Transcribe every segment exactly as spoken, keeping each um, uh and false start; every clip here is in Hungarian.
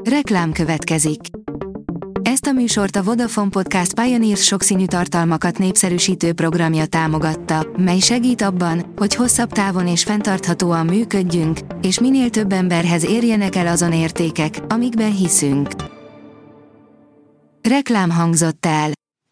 Reklám következik. Ezt a műsort a Vodafone Podcast Pioneers sokszínű tartalmakat népszerűsítő programja támogatta, mely segít abban, hogy hosszabb távon és fenntarthatóan működjünk, és minél több emberhez érjenek el azon értékek, amikben hiszünk. Reklám hangzott el.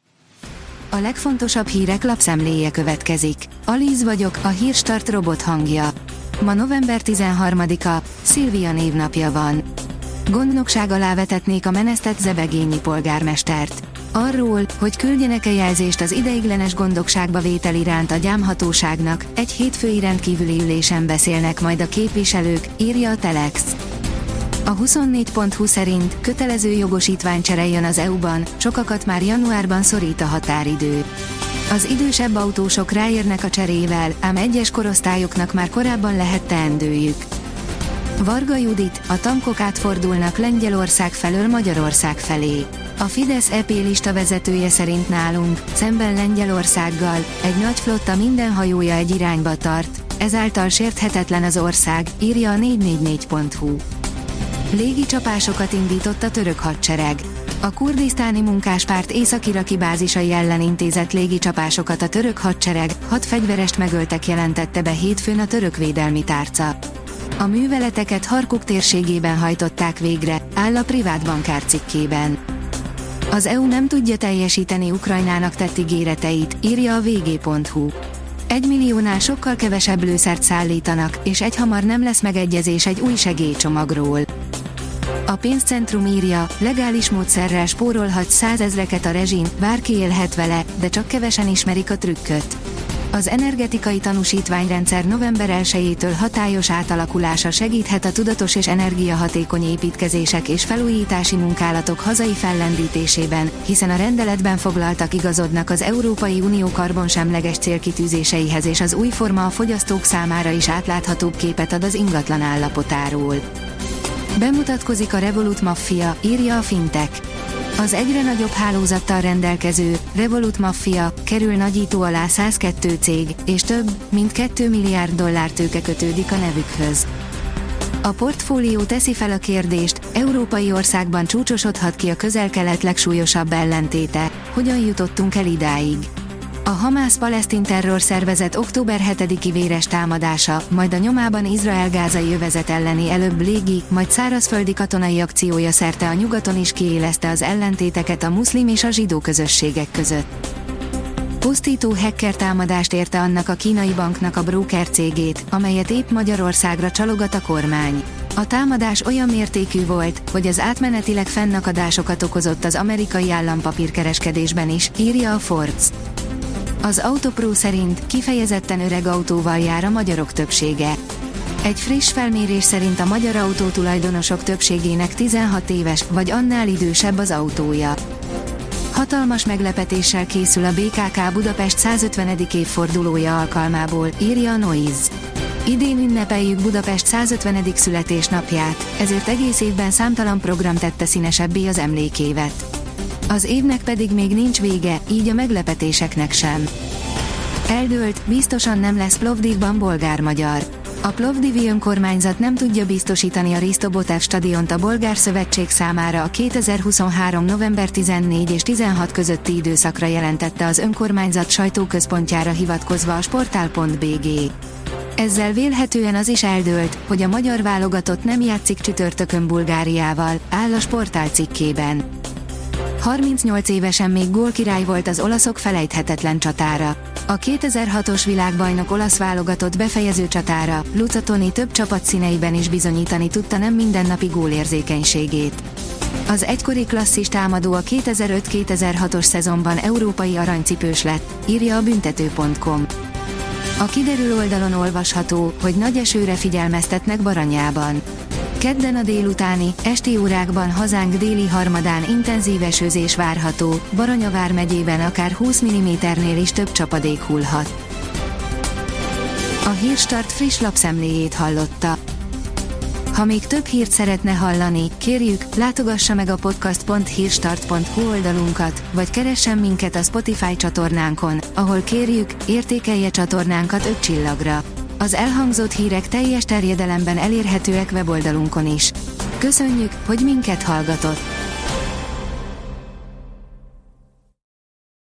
A legfontosabb hírek lapszemléje következik. Alíz vagyok, a Hírstart robot hangja. Ma november tizenharmadika, Szilvia névnapja van. Gondnokság alá vetetnék a menesztett zebegényi polgármestert. Arról, hogy küldjenek-e jelzést az ideiglenes gondnokságba vétel iránt a gyámhatóságnak, egy hétfői rendkívüli ülésen beszélnek majd a képviselők, írja a Telex. A huszonnégy pont hu szerint kötelező jogosítványcsere jön az é u-ban, sokakat már januárban szorít a határidő. Az idősebb autósok ráérnek a cserével, ám egyes korosztályoknak már korábban lehet teendőjük. Varga Judit, a tankok átfordulnak Lengyelország felől Magyarország felé. A Fidesz é pé lista vezetője szerint nálunk, szemben Lengyelországgal, egy nagy flotta minden hajója egy irányba tart, ezáltal sérthetetlen az ország, írja a négy négy négy pont hu. Légi csapásokat indított a török hadsereg. A kurdisztáni munkáspárt észak-iraki bázisai ellen intézett légi csapásokat a török hadsereg, hat fegyverest megöltek, jelentette be hétfőn a török védelmi tárca. A műveleteket Harkuk térségében hajtották végre, áll a privát bankár cikkében. Az é u nem tudja teljesíteni Ukrajnának tett ígéreteit, írja a vé gé pont hu. Egy milliónál sokkal kevesebb lőszert szállítanak, és egyhamar nem lesz megegyezés egy új segélycsomagról. A pénzcentrum írja, legális módszerrel spórolhat százezreket a rezsim, bárki élhet vele, de csak kevesen ismerik a trükköt. Az energetikai tanúsítványrendszer november elsejétől hatályos átalakulása segíthet a tudatos és energiahatékony építkezések és felújítási munkálatok hazai fellendítésében, hiszen a rendeletben foglaltak igazodnak az Európai Unió karbonsemleges célkitűzéseihez, és az új forma a fogyasztók számára is átláthatóbb képet ad az ingatlan állapotáról. Bemutatkozik a Revolut Maffia, írja a Fintech. Az egyre nagyobb hálózattal rendelkező Revolut Maffia kerül nagyító alá száz kettő cég, és több, mint két milliárd dollár tőke kötődik a nevükhöz. A portfólió teszi fel a kérdést, európai országban csúcsosodhat ki a Közel-Kelet legsúlyosabb ellentéte, hogyan jutottunk el idáig. A Hamász-palesztin terrorszervezet október hetediki véres támadása, majd a nyomában Izrael gázai övezet elleni előbb légi, majd szárazföldi katonai akciója szerte a nyugaton is kiélezte az ellentéteket a muszlim és a zsidó közösségek között. Pusztító hacker támadást érte annak a kínai banknak a broker cégét, amelyet épp Magyarországra csalogat a kormány. A támadás olyan mértékű volt, hogy az átmenetileg fennakadásokat okozott az amerikai állampapírkereskedésben is, írja a Forbes. Az Autopro szerint kifejezetten öreg autóval jár a magyarok többsége. Egy friss felmérés szerint a magyar autótulajdonosok többségének tizenhat éves vagy annál idősebb az autója. Hatalmas meglepetéssel készül a bé ká ká Budapest százötvenedik évfordulója alkalmából, írja a Noise. Idén ünnepeljük Budapest százötvenedik születésnapját, ezért egész évben számtalan program tette színesebbé az emlékévet. Az évnek pedig még nincs vége, így a meglepetéseknek sem. Eldőlt, biztosan nem lesz Plovdivban bolgár-magyar. A plovdivi önkormányzat nem tudja biztosítani a Risto Botev stadiont a bolgár szövetség számára a kétezer-huszonhárom november tizennégy és tizenhat közötti időszakra, jelentette az önkormányzat sajtóközpontjára hivatkozva a sportál pont bé gé. Ezzel vélhetően az is eldőlt, hogy a magyar válogatott nem játszik csütörtökön Bulgáriával, áll a sportál cikkében. harmincnyolc évesen még gólkirály volt az olaszok felejthetetlen csatára. A kétezer-hatos világbajnok olasz válogatott befejező csatára, Luca Toni több csapat színeiben is bizonyítani tudta nem mindennapi gólérzékenységét. Az egykori klasszis támadó a kétezer-öt kétezer-hatos szezonban európai aranycipős lett, írja a büntető pont com. A kiderül oldalon olvasható, hogy nagy esőre figyelmeztetnek Baranyában. Kedden a délutáni, esti órákban hazánk déli harmadán intenzív esőzés várható, Baranya vármegyében akár húsz milliméternél is több csapadék hullhat. A Hírstart friss lapszemléjét hallotta. Ha még több hírt szeretne hallani, kérjük, látogassa meg a podcast pont hírstart pont hu oldalunkat, vagy keressen minket a Spotify csatornánkon, ahol kérjük, értékelje csatornánkat öt csillagra. Az elhangzott hírek teljes terjedelemben elérhetőek weboldalunkon is. Köszönjük, hogy minket hallgatott!